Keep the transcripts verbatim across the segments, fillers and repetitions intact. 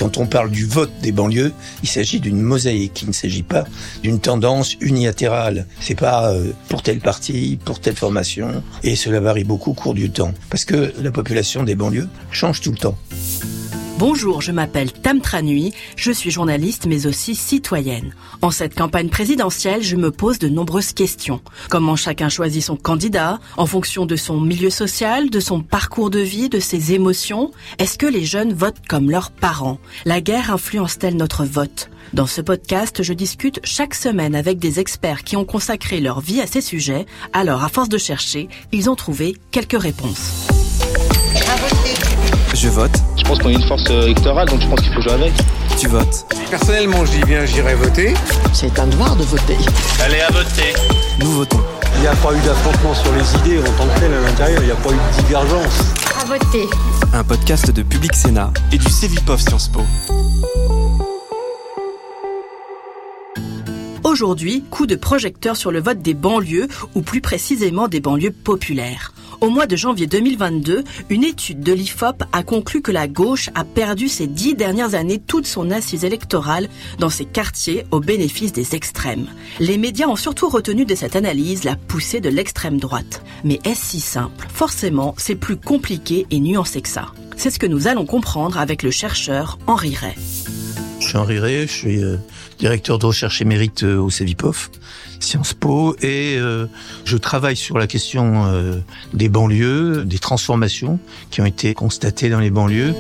quand on parle du vote des banlieues, il s'agit d'une mosaïque, il ne s'agit pas d'une tendance unilatérale. C'est pas euh, pour tel parti, pour telle formation, et cela varie beaucoup au cours du temps, parce que la population des banlieues change tout le temps. Bonjour, je m'appelle Tam Tranui, je suis journaliste mais aussi citoyenne. En cette campagne présidentielle, je me pose de nombreuses questions. Comment chacun choisit son candidat, en fonction de son milieu social, de son parcours de vie, de ses émotions? Est-ce que les jeunes votent comme leurs parents? La guerre influence-t-elle notre vote? Dans ce podcast, je discute chaque semaine avec des experts qui ont consacré leur vie à ces sujets. Alors, à force de chercher, ils ont trouvé quelques réponses. Je vote. Je pense qu'on est une force électorale, donc je pense qu'il faut jouer avec. Tu votes. Personnellement, je dis bien, j'irai voter. C'est un devoir de voter. Allez à voter. Nous votons. Il n'y a pas eu d'affrontement sur les idées en tant que tel à l'intérieur, il n'y a pas eu de divergence. À voter. Un podcast de Public Sénat et du Cevipof Sciences Po. Aujourd'hui, coup de projecteur sur le vote des banlieues, ou plus précisément des banlieues populaires. Au mois de janvier deux mille vingt-deux, une étude de l'I F O P a conclu que la gauche a perdu ces dix dernières années toute son assise électorale dans ses quartiers au bénéfice des extrêmes. Les médias ont surtout retenu de cette analyse la poussée de l'extrême droite. Mais est-ce si simple? Forcément, c'est plus compliqué et nuancé que ça. C'est ce que nous allons comprendre avec le chercheur Henri Ray. Je suis Henri Ray, je suis euh, directeur de recherche émérite euh, au Cevipof Sciences Po et euh, je travaille sur la question euh, des banlieues, des transformations qui ont été constatées dans les banlieues.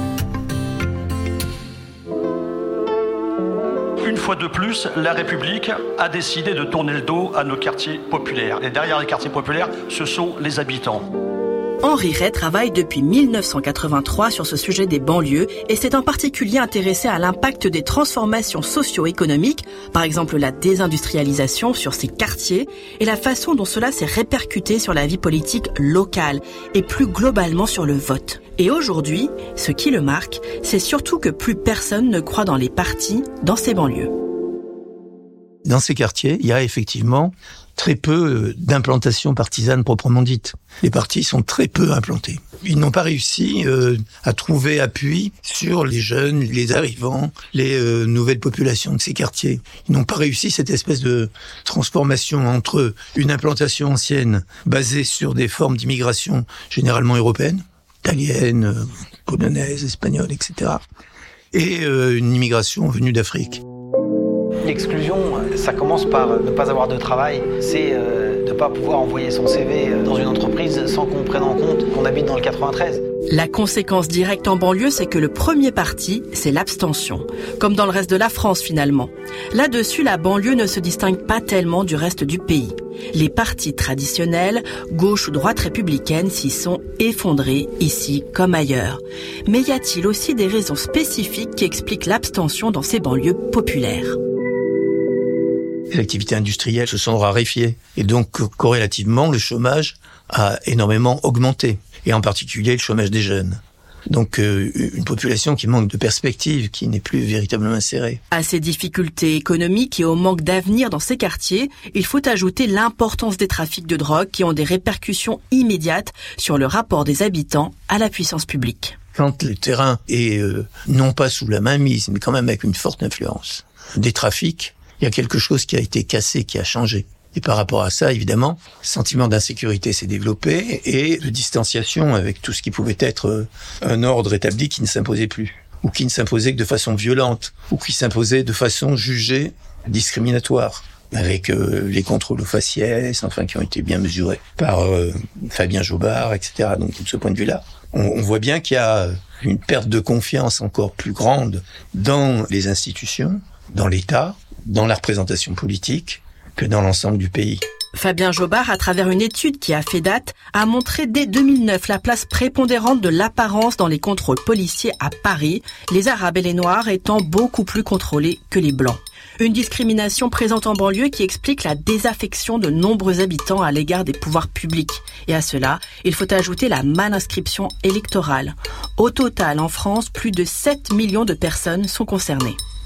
Une fois de plus, la République a décidé de tourner le dos à nos quartiers populaires. Et derrière les quartiers populaires, ce sont les habitants. Henri Ray travaille depuis mille neuf cent quatre-vingt-trois sur ce sujet des banlieues et s'est en particulier intéressé à l'impact des transformations socio-économiques, par exemple la désindustrialisation sur ces quartiers et la façon dont cela s'est répercuté sur la vie politique locale et plus globalement sur le vote. Et aujourd'hui, ce qui le marque, c'est surtout que plus personne ne croit dans les partis dans ces banlieues. Dans ces quartiers, il y a effectivement très peu d'implantation partisane proprement dite. Les partis sont très peu implantés. Ils n'ont pas réussi euh, à trouver appui sur les jeunes, les arrivants, les euh, nouvelles populations de ces quartiers. Ils n'ont pas réussi cette espèce de transformation entre une implantation ancienne basée sur des formes d'immigration généralement européennes, italiennes, euh, polonaises, espagnoles, et cetera, et euh, une immigration venue d'Afrique. L'exclusion, ça commence par ne pas avoir de travail, c'est euh, de ne pas pouvoir envoyer son C V dans une entreprise sans qu'on prenne en compte qu'on habite dans le quatre-vingt-treize. La conséquence directe en banlieue, c'est que le premier parti, c'est l'abstention, comme dans le reste de la France finalement. Là-dessus, la banlieue ne se distingue pas tellement du reste du pays. Les partis traditionnels, gauche ou droite républicaine, s'y sont effondrés, ici comme ailleurs. Mais y a-t-il aussi des raisons spécifiques qui expliquent l'abstention dans ces banlieues populaires ? Les activités industrielles se sont raréfiées et donc corrélativement le chômage a énormément augmenté et en particulier le chômage des jeunes. Donc euh, une population qui manque de perspective, qui n'est plus véritablement insérée. À ces difficultés économiques et au manque d'avenir dans ces quartiers, il faut ajouter l'importance des trafics de drogue qui ont des répercussions immédiates sur le rapport des habitants à la puissance publique. Quand le terrain est euh, non pas sous la mainmise, mais quand même avec une forte influence des trafics, il y a quelque chose qui a été cassé, qui a changé. Et par rapport à ça, évidemment, le sentiment d'insécurité s'est développé et de distanciation avec tout ce qui pouvait être un ordre établi qui ne s'imposait plus, ou qui ne s'imposait que de façon violente, ou qui s'imposait de façon jugée discriminatoire, avec euh, les contrôles aux faciès, enfin, qui ont été bien mesurés par euh, Fabien Jobard, et cetera. Donc, de ce point de vue-là, on, on voit bien qu'il y a une perte de confiance encore plus grande dans les institutions, dans l'État, dans la représentation politique, que dans l'ensemble du pays. Fabien Jobard, à travers une étude qui a fait date, a montré dès deux mille neuf la place prépondérante de l'apparence dans les contrôles policiers à Paris, les Arabes et les Noirs étant beaucoup plus contrôlés que les Blancs. Une discrimination présente en banlieue qui explique la désaffection de nombreux habitants à l'égard des pouvoirs publics. Et à cela, il faut ajouter la mal-inscription électorale. Au total, en France, plus de sept millions de personnes sont concernées.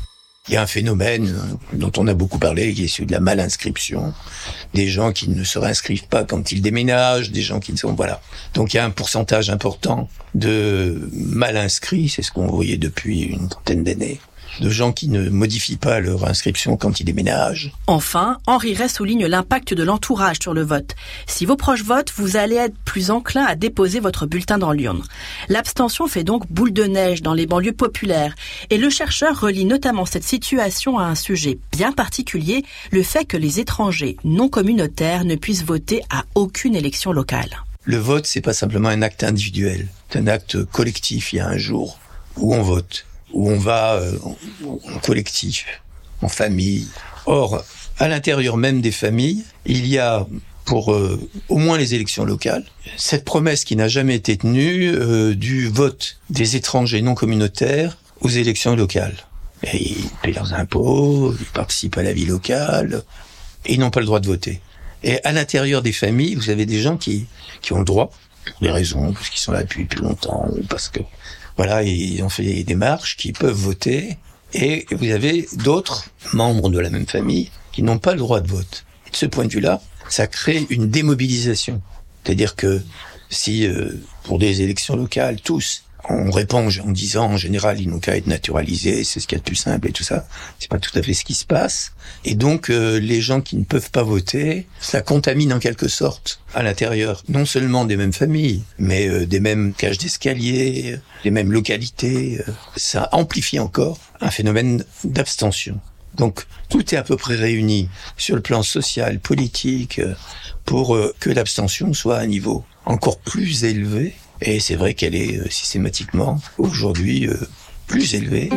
Il y a un phénomène dont on a beaucoup parlé, qui est celui de la mal-inscription. Des gens qui ne se réinscrivent pas quand ils déménagent, des gens qui ne sont... Voilà. Donc il y a un pourcentage important de mal-inscrits, c'est ce qu'on voyait depuis une trentaine d'années, de gens qui ne modifient pas leur inscription quand ils déménagent. Enfin, Henri Rey souligne l'impact de l'entourage sur le vote. Si vos proches votent, vous allez être plus enclin à déposer votre bulletin dans l'urne. L'abstention fait donc boule de neige dans les banlieues populaires. Et le chercheur relie notamment cette situation à un sujet bien particulier, le fait que les étrangers non communautaires ne puissent voter à aucune élection locale. Le vote, c'est pas simplement un acte individuel, c'est un acte collectif. Il y a un jour où on vote, où on va euh, en collectif, en famille. Or, à l'intérieur même des familles, il y a, pour euh, au moins les élections locales, cette promesse qui n'a jamais été tenue euh, du vote des étrangers non communautaires aux élections locales. Et ils paient leurs impôts, ils participent à la vie locale, et ils n'ont pas le droit de voter. Et à l'intérieur des familles, vous avez des gens qui, qui ont le droit, pour des raisons, parce qu'ils sont là depuis plus longtemps, parce que voilà, ils ont fait des démarches, qui peuvent voter, et vous avez d'autres membres de la même famille qui n'ont pas le droit de vote. Et de ce point de vue-là, ça crée une démobilisation. C'est-à-dire que si, euh, pour des élections locales, tous, on répond en disant, en général, ils n'ont qu'à être naturalisés, c'est ce qu'il y a de plus simple et tout ça, c'est pas tout à fait ce qui se passe. Et donc, euh, les gens qui ne peuvent pas voter, ça contamine en quelque sorte à l'intérieur, non seulement des mêmes familles, mais euh, des mêmes cages d'escalier, des mêmes localités. Euh, ça amplifie encore un phénomène d'abstention. Donc, tout est à peu près réuni sur le plan social, politique, euh, pour euh, que l'abstention soit à un niveau encore plus élevé. Et c'est vrai qu'elle est euh, systématiquement, aujourd'hui, euh, plus élevée.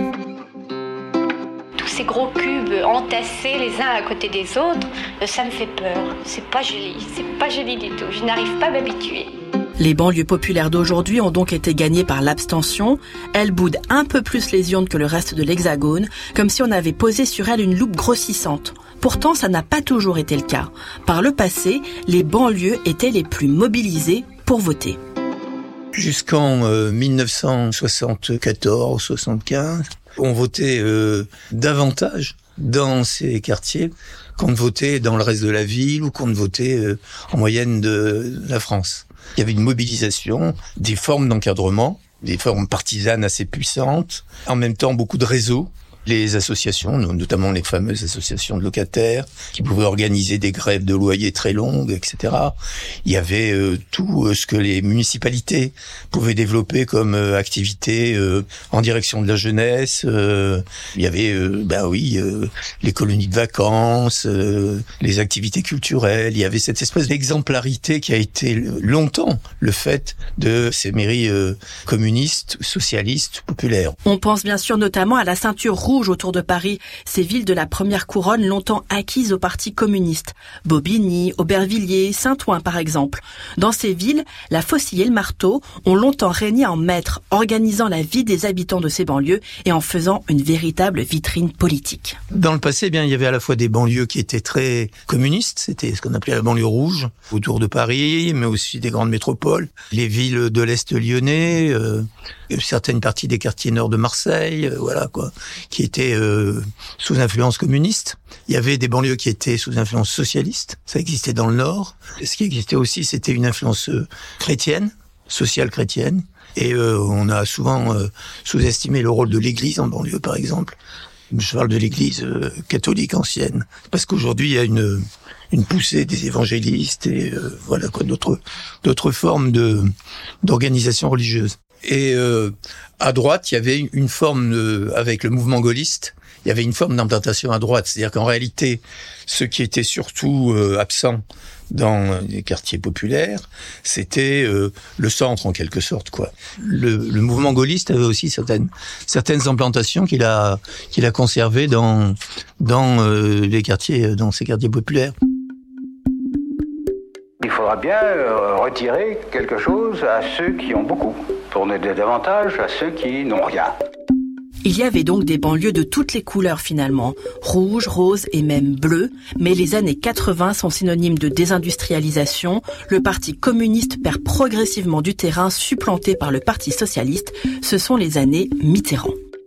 Tous ces gros cubes entassés les uns à côté des autres, euh, ça me fait peur. C'est pas joli, c'est pas joli du tout. Je n'arrive pas à m'habituer. Les banlieues populaires d'aujourd'hui ont donc été gagnées par l'abstention. Elles boudent un peu plus les urnes que le reste de l'Hexagone, comme si on avait posé sur elles une loupe grossissante. Pourtant, ça n'a pas toujours été le cas. Par le passé, les banlieues étaient les plus mobilisées pour voter. Jusqu'en euh, dix-neuf cent soixante-quatorze soixante-quinze, on votait euh, davantage dans ces quartiers qu'on ne votait dans le reste de la ville ou qu'on ne votait euh, en moyenne de la France. Il y avait une mobilisation, des formes d'encadrement, des formes partisanes assez puissantes, en même temps beaucoup de réseaux. Les associations, notamment les fameuses associations de locataires, qui pouvaient organiser des grèves de loyers très longues, et cetera. Il y avait euh, tout ce que les municipalités pouvaient développer comme euh, activité euh, en direction de la jeunesse. Euh, il y avait, euh, ben oui, euh, les colonies de vacances, euh, les activités culturelles. Il y avait cette espèce d'exemplarité qui a été longtemps le fait de ces mairies euh, communistes, socialistes, populaires. On pense bien sûr notamment à la ceinture rouge autour de Paris, ces villes de la première couronne longtemps acquises au parti communiste. Bobigny, Aubervilliers, Saint-Ouen par exemple. Dans ces villes, la faucille et le marteau ont longtemps régné en maître, organisant la vie des habitants de ces banlieues et en faisant une véritable vitrine politique. Dans le passé, eh bien, il y avait à la fois des banlieues qui étaient très communistes, c'était ce qu'on appelait la banlieue rouge, autour de Paris, mais aussi des grandes métropoles, les villes de l'Est lyonnais, euh, certaines parties des quartiers nord de Marseille, euh, voilà quoi, qui étaient euh, sous influence communiste. Il y avait des banlieues qui étaient sous influence socialiste, ça existait dans le Nord. Ce qui existait aussi, c'était une influence euh, chrétienne, sociale chrétienne, et euh, on a souvent euh, sous-estimé le rôle de l'Église en banlieue, par exemple. Je parle de l'Église euh, catholique ancienne, parce qu'aujourd'hui il y a une une poussée des évangélistes et euh, voilà quoi, d'autres d'autres formes de d'organisation religieuse. Et euh, à droite, il y avait une forme, de, avec le mouvement gaulliste, il y avait une forme d'implantation à droite. C'est-à-dire qu'en réalité, ce qui était surtout euh, absent dans les quartiers populaires, c'était euh, le centre en quelque sorte, quoi. Le, le mouvement gaulliste avait aussi certaines certaines implantations qu'il a qu'il a conservées dans dans euh, les quartiers, dans ces quartiers populaires. Il faudra bien euh, retirer quelque chose à ceux qui ont beaucoup, pour donner davantage à ceux qui n'ont rien. Il y avait donc des banlieues de toutes les couleurs finalement, rouge, rose et même bleu, mais les années quatre-vingts sont synonymes de désindustrialisation. Le parti communiste perd progressivement du terrain supplanté par le parti socialiste. Ce sont les années Mitterrand.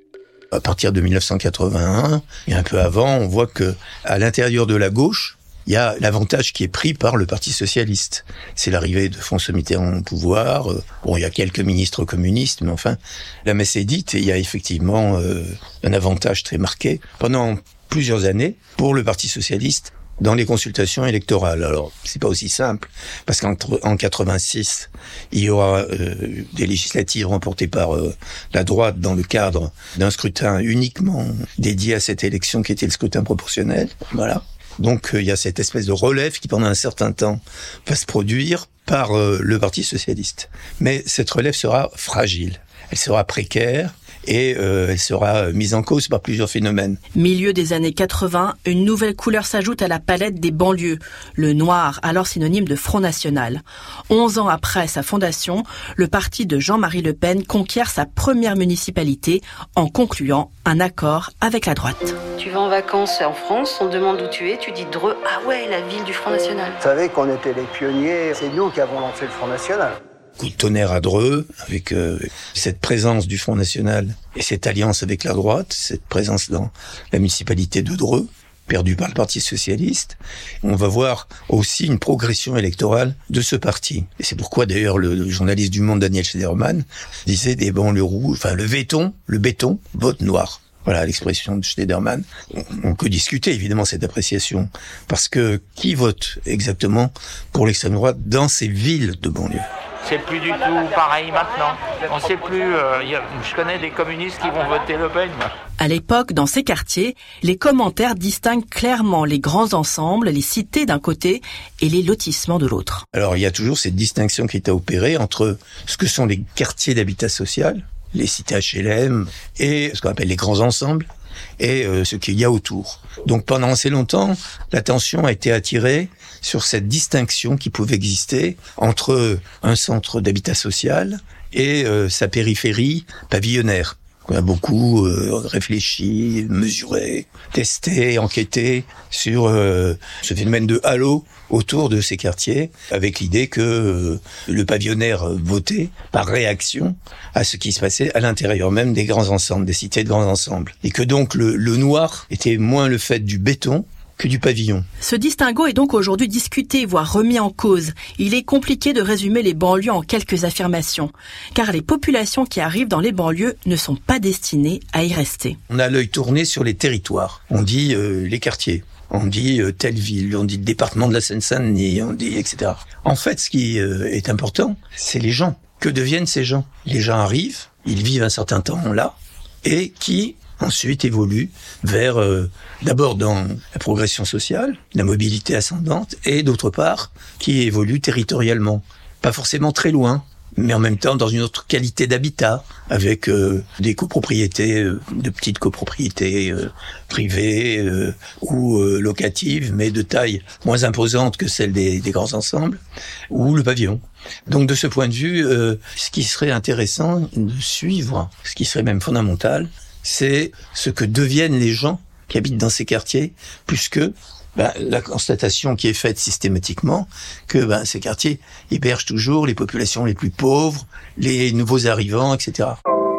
À partir de mille neuf cent quatre-vingt-un, et un peu avant, on voit que à l'intérieur de la gauche, il y a l'avantage qui est pris par le Parti socialiste. C'est l'arrivée de François Mitterrand au pouvoir. Bon, il y a quelques ministres communistes, mais enfin, la messe est dite et il y a effectivement euh, un avantage très marqué pendant plusieurs années pour le Parti socialiste dans les consultations électorales. Alors, c'est pas aussi simple, parce qu'en en quatre-vingt-six, il y aura euh, des législatives remportées par euh, la droite dans le cadre d'un scrutin uniquement dédié à cette élection qui était le scrutin proportionnel. Voilà. Donc, euh, il y a cette espèce de relève qui, pendant un certain temps, va se produire par euh, le Parti socialiste. Mais cette relève sera fragile, elle sera précaire, et euh, elle sera mise en cause par plusieurs phénomènes. Milieu des années quatre-vingts, une nouvelle couleur s'ajoute à la palette des banlieues. Le noir, alors synonyme de Front National. Onze ans après sa fondation, le parti de Jean-Marie Le Pen conquiert sa première municipalité en concluant un accord avec la droite. Tu vas en vacances en France, on te demande où tu es, tu dis Dreux, ah ouais, la ville du Front National. Vous savez qu'on était les pionniers, c'est nous qui avons lancé le Front National. Coup de tonnerre à Dreux, avec euh, cette présence du Front National et cette alliance avec la droite, cette présence dans la municipalité de Dreux, perdue par le Parti socialiste. On va voir aussi une progression électorale de ce parti. Et c'est pourquoi d'ailleurs le, le journaliste du Monde, Daniel Schneiderman, disait des banlieues rouges, enfin le béton, le béton vote noir. Voilà l'expression de Schneiderman. On, on peut discuter évidemment cette appréciation, parce que qui vote exactement pour l'extrême droite dans ces villes de banlieue ? C'est plus du tout pareil maintenant. On sait plus. Euh, y a, je connais des communistes qui vont voter Le Pen. À l'époque, dans ces quartiers, les commentaires distinguent clairement les grands ensembles, les cités d'un côté et les lotissements de l'autre. Alors il y a toujours cette distinction qui est à opérer entre ce que sont les quartiers d'habitat social, les cités H L M, et ce qu'on appelle les grands ensembles, et euh, ce qu'il y a autour. Donc pendant assez longtemps, l'attention a été attirée sur cette distinction qui pouvait exister entre un centre d'habitat social et euh, sa périphérie pavillonnaire. On a beaucoup euh, réfléchi, mesuré, testé, enquêté sur euh, ce phénomène de halo autour de ces quartiers, avec l'idée que euh, le pavillonnaire votait par réaction à ce qui se passait à l'intérieur même des grands ensembles, des cités de grands ensembles. Et que donc le, le noir était moins le fait du béton que du pavillon. Ce distinguo est donc aujourd'hui discuté, voire remis en cause. Il est compliqué de résumer les banlieues en quelques affirmations, car les populations qui arrivent dans les banlieues ne sont pas destinées à y rester. On a l'œil tourné sur les territoires. On dit euh, les quartiers, on dit euh, telle ville, on dit le département de la Seine-Saint-Denis, on dit et cetera. En fait, ce qui euh, est important, c'est les gens. Que deviennent ces gens ? Les gens arrivent, ils vivent un certain temps là, et qui ensuite évolue vers, euh, d'abord dans la progression sociale, la mobilité ascendante, et d'autre part, qui évolue territorialement. Pas forcément très loin, mais en même temps dans une autre qualité d'habitat, avec euh, des copropriétés, euh, de petites copropriétés euh, privées euh, ou euh, locatives, mais de taille moins imposante que celle des, des grands ensembles, ou le pavillon. Donc de ce point de vue, euh, ce qui serait intéressant de suivre, ce qui serait même fondamental, c'est ce que deviennent les gens qui habitent dans ces quartiers, puisque ben, la constatation qui est faite systématiquement que ben, ces quartiers hébergent toujours les populations les plus pauvres, les nouveaux arrivants, et cetera.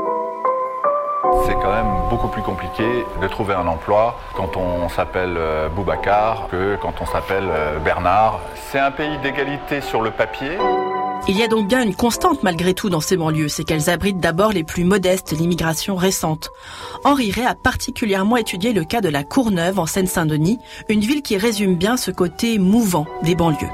C'est quand même beaucoup plus compliqué de trouver un emploi quand on s'appelle Boubacar que quand on s'appelle Bernard. C'est un pays d'égalité sur le papier. Il y a donc bien une constante malgré tout dans ces banlieues, c'est qu'elles abritent d'abord les plus modestes, l'immigration récente. Henri Rey a particulièrement étudié le cas de la Courneuve en Seine-Saint-Denis, une ville qui résume bien ce côté mouvant des banlieues.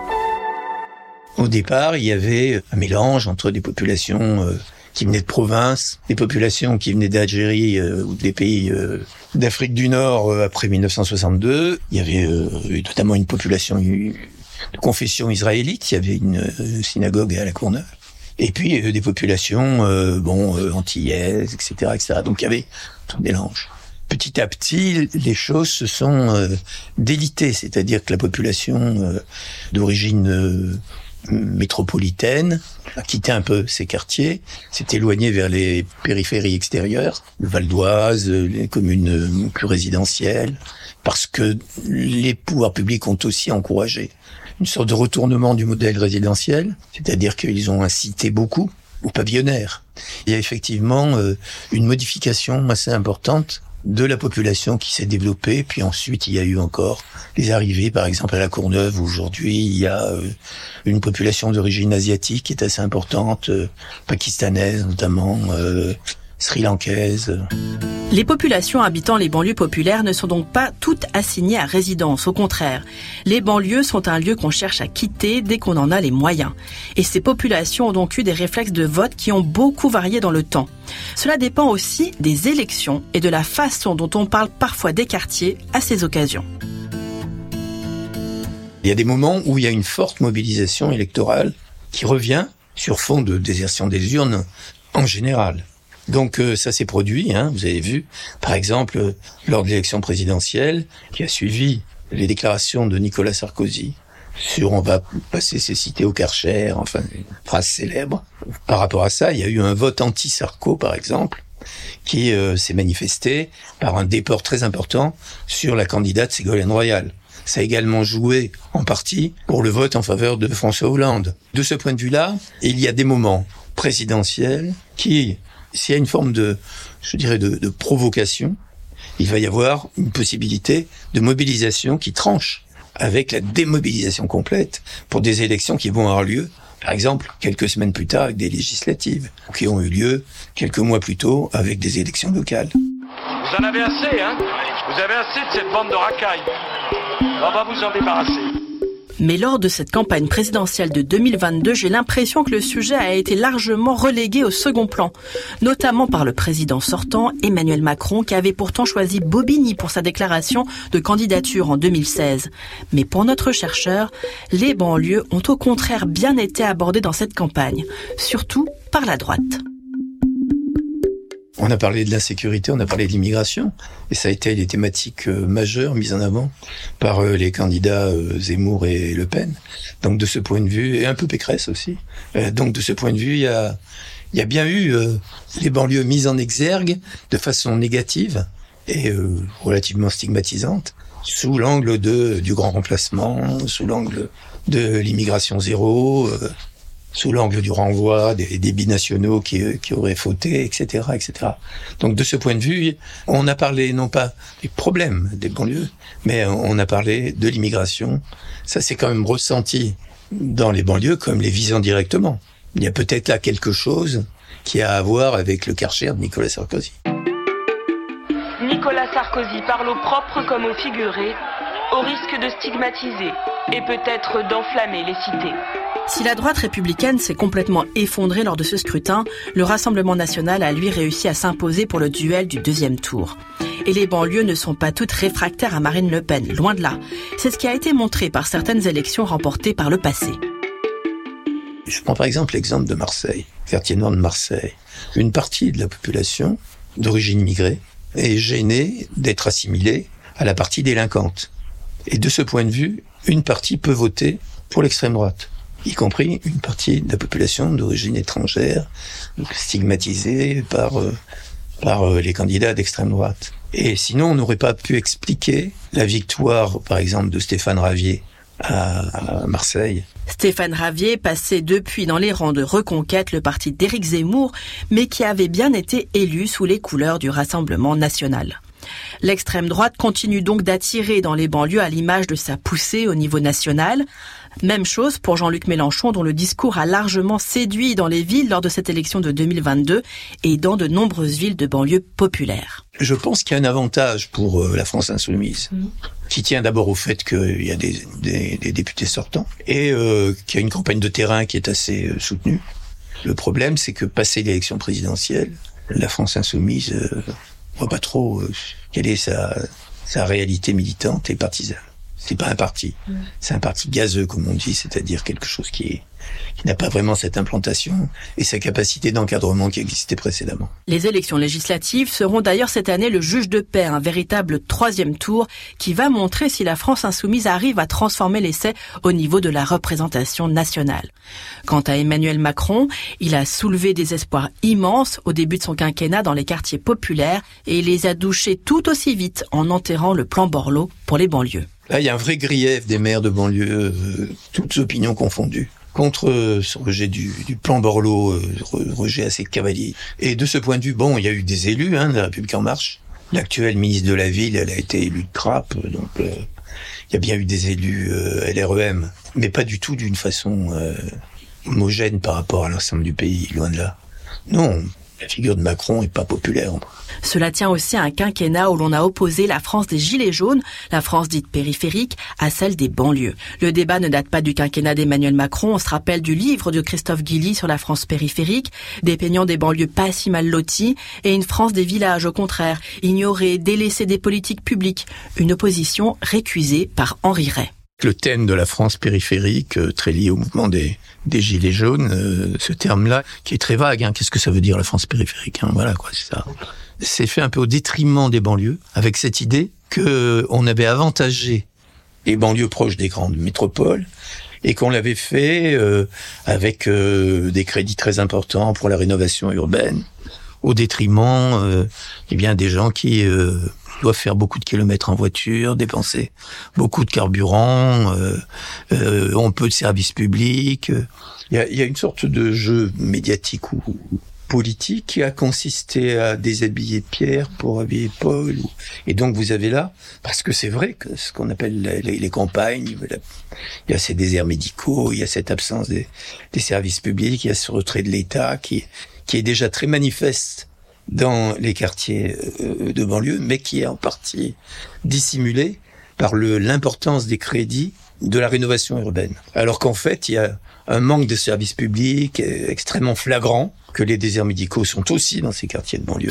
Au départ, il y avait un mélange entre des populations euh, qui venaient de province, des populations qui venaient d'Algérie euh, ou des pays euh, d'Afrique du Nord euh, après mille neuf cent soixante-deux. Il y avait euh, notamment une population de confession israélite, il y avait une euh, synagogue à la Courneuve, et puis euh, des populations euh, bon euh, antillaises, et cetera, et cetera. Donc il y avait un mélange. Petit à petit, les choses se sont euh, délitées, c'est-à-dire que la population euh, d'origine euh, métropolitaine a quitté un peu ces quartiers, s'est éloignée vers les périphéries extérieures, le Val d'Oise, les communes plus résidentielles, parce que les pouvoirs publics ont aussi encouragé une sorte de retournement du modèle résidentiel, c'est-à-dire qu'ils ont incité beaucoup ou pavillonnaire. Il y a effectivement euh, une modification assez importante de la population qui s'est développée, puis ensuite il y a eu encore les arrivées, par exemple à La Courneuve, où aujourd'hui il y a euh, une population d'origine asiatique qui est assez importante, euh, pakistanaise notamment, euh, sri-lankaise. Les populations habitant les banlieues populaires ne sont donc pas toutes assignées à résidence, au contraire. Les banlieues sont un lieu qu'on cherche à quitter dès qu'on en a les moyens. Et ces populations ont donc eu des réflexes de vote qui ont beaucoup varié dans le temps. Cela dépend aussi des élections et de la façon dont on parle parfois des quartiers à ces occasions. Il y a des moments où il y a une forte mobilisation électorale qui revient sur fond de désertion des urnes en général. Donc euh, ça s'est produit, hein, vous avez vu, par exemple, euh, lors de l'élection présidentielle qui a suivi les déclarations de Nicolas Sarkozy sur « on va passer ces cités au Karcher », enfin une phrase célèbre. Par rapport à ça, il y a eu un vote anti-Sarko, par exemple, qui euh, s'est manifesté par un déport très important sur la candidate Ségolène Royal. Ça a également joué en partie pour le vote en faveur de François Hollande. De ce point de vue-là, il y a des moments présidentiels qui... S'il y a une forme de, je dirais, de, de provocation, il va y avoir une possibilité de mobilisation qui tranche avec la démobilisation complète pour des élections qui vont avoir lieu, par exemple, quelques semaines plus tard avec des législatives, qui ont eu lieu quelques mois plus tôt avec des élections locales. Vous en avez assez, hein ? Vous avez assez de cette bande de racailles. On va vous en débarrasser. Mais lors de cette campagne présidentielle de deux mille vingt-deux, j'ai l'impression que le sujet a été largement relégué au second plan, notamment par le président sortant, Emmanuel Macron, qui avait pourtant choisi Bobigny pour sa déclaration de candidature en deux mille seize. Mais pour notre chercheur, les banlieues ont au contraire bien été abordées dans cette campagne, surtout par la droite. On a parlé de l'insécurité, on a parlé de l'immigration, et ça a été les thématiques euh, majeures mises en avant par euh, les candidats euh, Zemmour et Le Pen. Donc de ce point de vue, et un peu Pécresse aussi, euh, donc de ce point de vue, il y a, il y a bien eu euh, les banlieues mises en exergue de façon négative et euh, relativement stigmatisante, sous l'angle de du grand remplacement, sous l'angle de l'immigration zéro, euh, sous l'angle du renvoi des, des binationaux qui, qui auraient fauté, et cetera, et cetera. Donc de ce point de vue, on a parlé non pas des problèmes des banlieues, mais on a parlé de l'immigration. Ça s'est quand même ressenti dans les banlieues comme les visant directement. Il y a peut-être là quelque chose qui a à voir avec le Karcher de Nicolas Sarkozy. Nicolas Sarkozy parle au propre comme au figuré, au risque de stigmatiser et peut-être d'enflammer les cités. Si la droite républicaine s'est complètement effondrée lors de ce scrutin, le Rassemblement national a lui réussi à s'imposer pour le duel du deuxième tour. Et les banlieues ne sont pas toutes réfractaires à Marine Le Pen, loin de là. C'est ce qui a été montré par certaines élections remportées par le passé. Je prends par exemple l'exemple de Marseille, quartier nord de Marseille. Une partie de la population d'origine immigrée est gênée d'être assimilée à la partie délinquante. Et de ce point de vue, une partie peut voter pour l'extrême droite, y compris une partie de la population d'origine étrangère, stigmatisée par, euh, par euh, les candidats d'extrême droite. Et sinon, on n'aurait pas pu expliquer la victoire, par exemple, de Stéphane Ravier à, à Marseille. Stéphane Ravier passait depuis dans les rangs de Reconquête, le parti d'Éric Zemmour, mais qui avait bien été élu sous les couleurs du Rassemblement national. L'extrême droite continue donc d'attirer dans les banlieues à l'image de sa poussée au niveau national. Même chose pour Jean-Luc Mélenchon, dont le discours a largement séduit dans les villes lors de cette élection de deux mille vingt-deux et dans de nombreuses villes de banlieues populaires. Je pense qu'il y a un avantage pour euh, la France insoumise, mmh. qui tient d'abord au fait qu'il y a des, des, des députés sortants et euh, qu'il y a une campagne de terrain qui est assez euh, soutenue. Le problème, c'est que passé l'élection présidentielle, la France insoumise euh, voit pas trop euh, quelle est sa, sa réalité militante et partisane. C'est pas un parti. Mmh. C'est un parti gazeux, comme on dit, c'est-à-dire quelque chose qui est, qui n'a pas vraiment cette implantation et sa capacité d'encadrement qui existait précédemment. Les élections législatives seront d'ailleurs cette année le juge de paix, un véritable troisième tour qui va montrer si la France insoumise arrive à transformer l'essai au niveau de la représentation nationale. Quant à Emmanuel Macron, il a soulevé des espoirs immenses au début de son quinquennat dans les quartiers populaires et il les a douchés tout aussi vite en enterrant le plan Borloo pour les banlieues. Là, il y a un vrai grief des maires de banlieue, euh, toutes opinions confondues, contre ce rejet du, du plan Borloo, euh, rejet assez cavalier. Et de ce point de vue, bon, il y a eu des élus hein, de la République En Marche. L'actuelle ministre de la Ville, elle a été élue de Trappes, donc euh, il y a bien eu des élus euh, L R E M, mais pas du tout d'une façon euh, homogène par rapport à l'ensemble du pays, loin de là. Non, la figure de Macron est pas populaire. Cela tient aussi à un quinquennat où l'on a opposé la France des Gilets jaunes, la France dite périphérique, à celle des banlieues. Le débat ne date pas du quinquennat d'Emmanuel Macron, on se rappelle du livre de Christophe Guilly sur la France périphérique, dépeignant des banlieues pas si mal loties, et une France des villages, au contraire, ignorée, délaissée des politiques publiques, une opposition récusée par Henri Rey. Le thème de la France périphérique, euh, très lié au mouvement des, des Gilets jaunes, euh, ce terme-là, qui est très vague, hein. Qu'est-ce que ça veut dire la France périphérique hein? Voilà, quoi, c'est ça. C'est fait un peu au détriment des banlieues, avec cette idée que on avait avantagé les banlieues proches des grandes métropoles, et qu'on l'avait fait euh, avec euh, des crédits très importants pour la rénovation urbaine, au détriment euh, eh bien des gens qui euh, doivent faire beaucoup de kilomètres en voiture, dépenser beaucoup de carburant, euh, euh, ont peu de services publics. Il y a, il y a une sorte de jeu médiatique ou politique qui a consisté à déshabiller Pierre pour habiller Paul. Et donc vous avez là, parce que c'est vrai que ce qu'on appelle les, les campagnes, il y a ces déserts médicaux, il y a cette absence des, des services publics, il y a ce retrait de l'État qui, qui est déjà très manifeste dans les quartiers de banlieue, mais qui est en partie dissimulé par le, l'importance des crédits de la rénovation urbaine. Alors qu'en fait, il y a un manque de services publics extrêmement flagrant, que les déserts médicaux sont aussi dans ces quartiers de banlieue.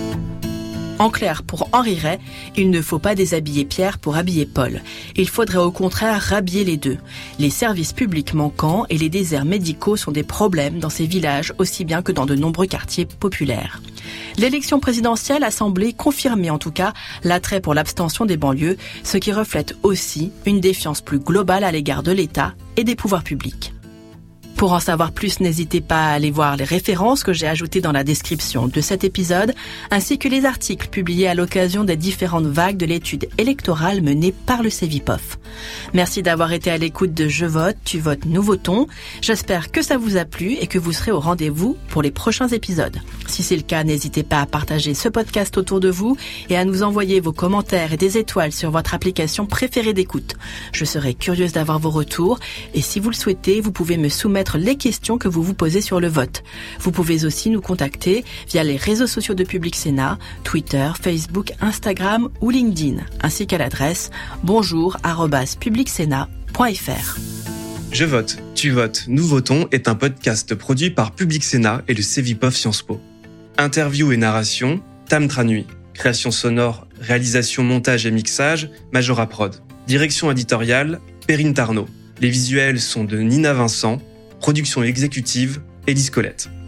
En clair, pour Henri Rey, il ne faut pas déshabiller Pierre pour habiller Paul. Il faudrait au contraire rhabiller les deux. Les services publics manquants et les déserts médicaux sont des problèmes dans ces villages aussi bien que dans de nombreux quartiers populaires. L'élection présidentielle a semblé confirmer en tout cas l'attrait pour l'abstention des banlieues, ce qui reflète aussi une défiance plus globale à l'égard de l'État et des pouvoirs publics. Pour en savoir plus, n'hésitez pas à aller voir les références que j'ai ajoutées dans la description de cet épisode, ainsi que les articles publiés à l'occasion des différentes vagues de l'étude électorale menée par le Cevipof. Merci d'avoir été à l'écoute de Je vote, tu votes, nous votons. J'espère que ça vous a plu et que vous serez au rendez-vous pour les prochains épisodes. Si c'est le cas, n'hésitez pas à partager ce podcast autour de vous et à nous envoyer vos commentaires et des étoiles sur votre application préférée d'écoute. Je serai curieuse d'avoir vos retours et si vous le souhaitez, vous pouvez me soumettre les questions que vous vous posez sur le vote. Vous pouvez aussi nous contacter via les réseaux sociaux de Public Sénat, Twitter, Facebook, Instagram ou LinkedIn, ainsi qu'à l'adresse bonjour arobase public sénat point f r. Je vote, tu votes, nous votons est un podcast produit par Public Sénat et le Cevipof Sciences Po. Interview et narration, Tam Tranui. Création sonore, réalisation, montage et mixage, Majora Prod. Direction éditoriale, Perrine Tarnot. Les visuels sont de Nina Vincent. Production exécutive, Élise Colette.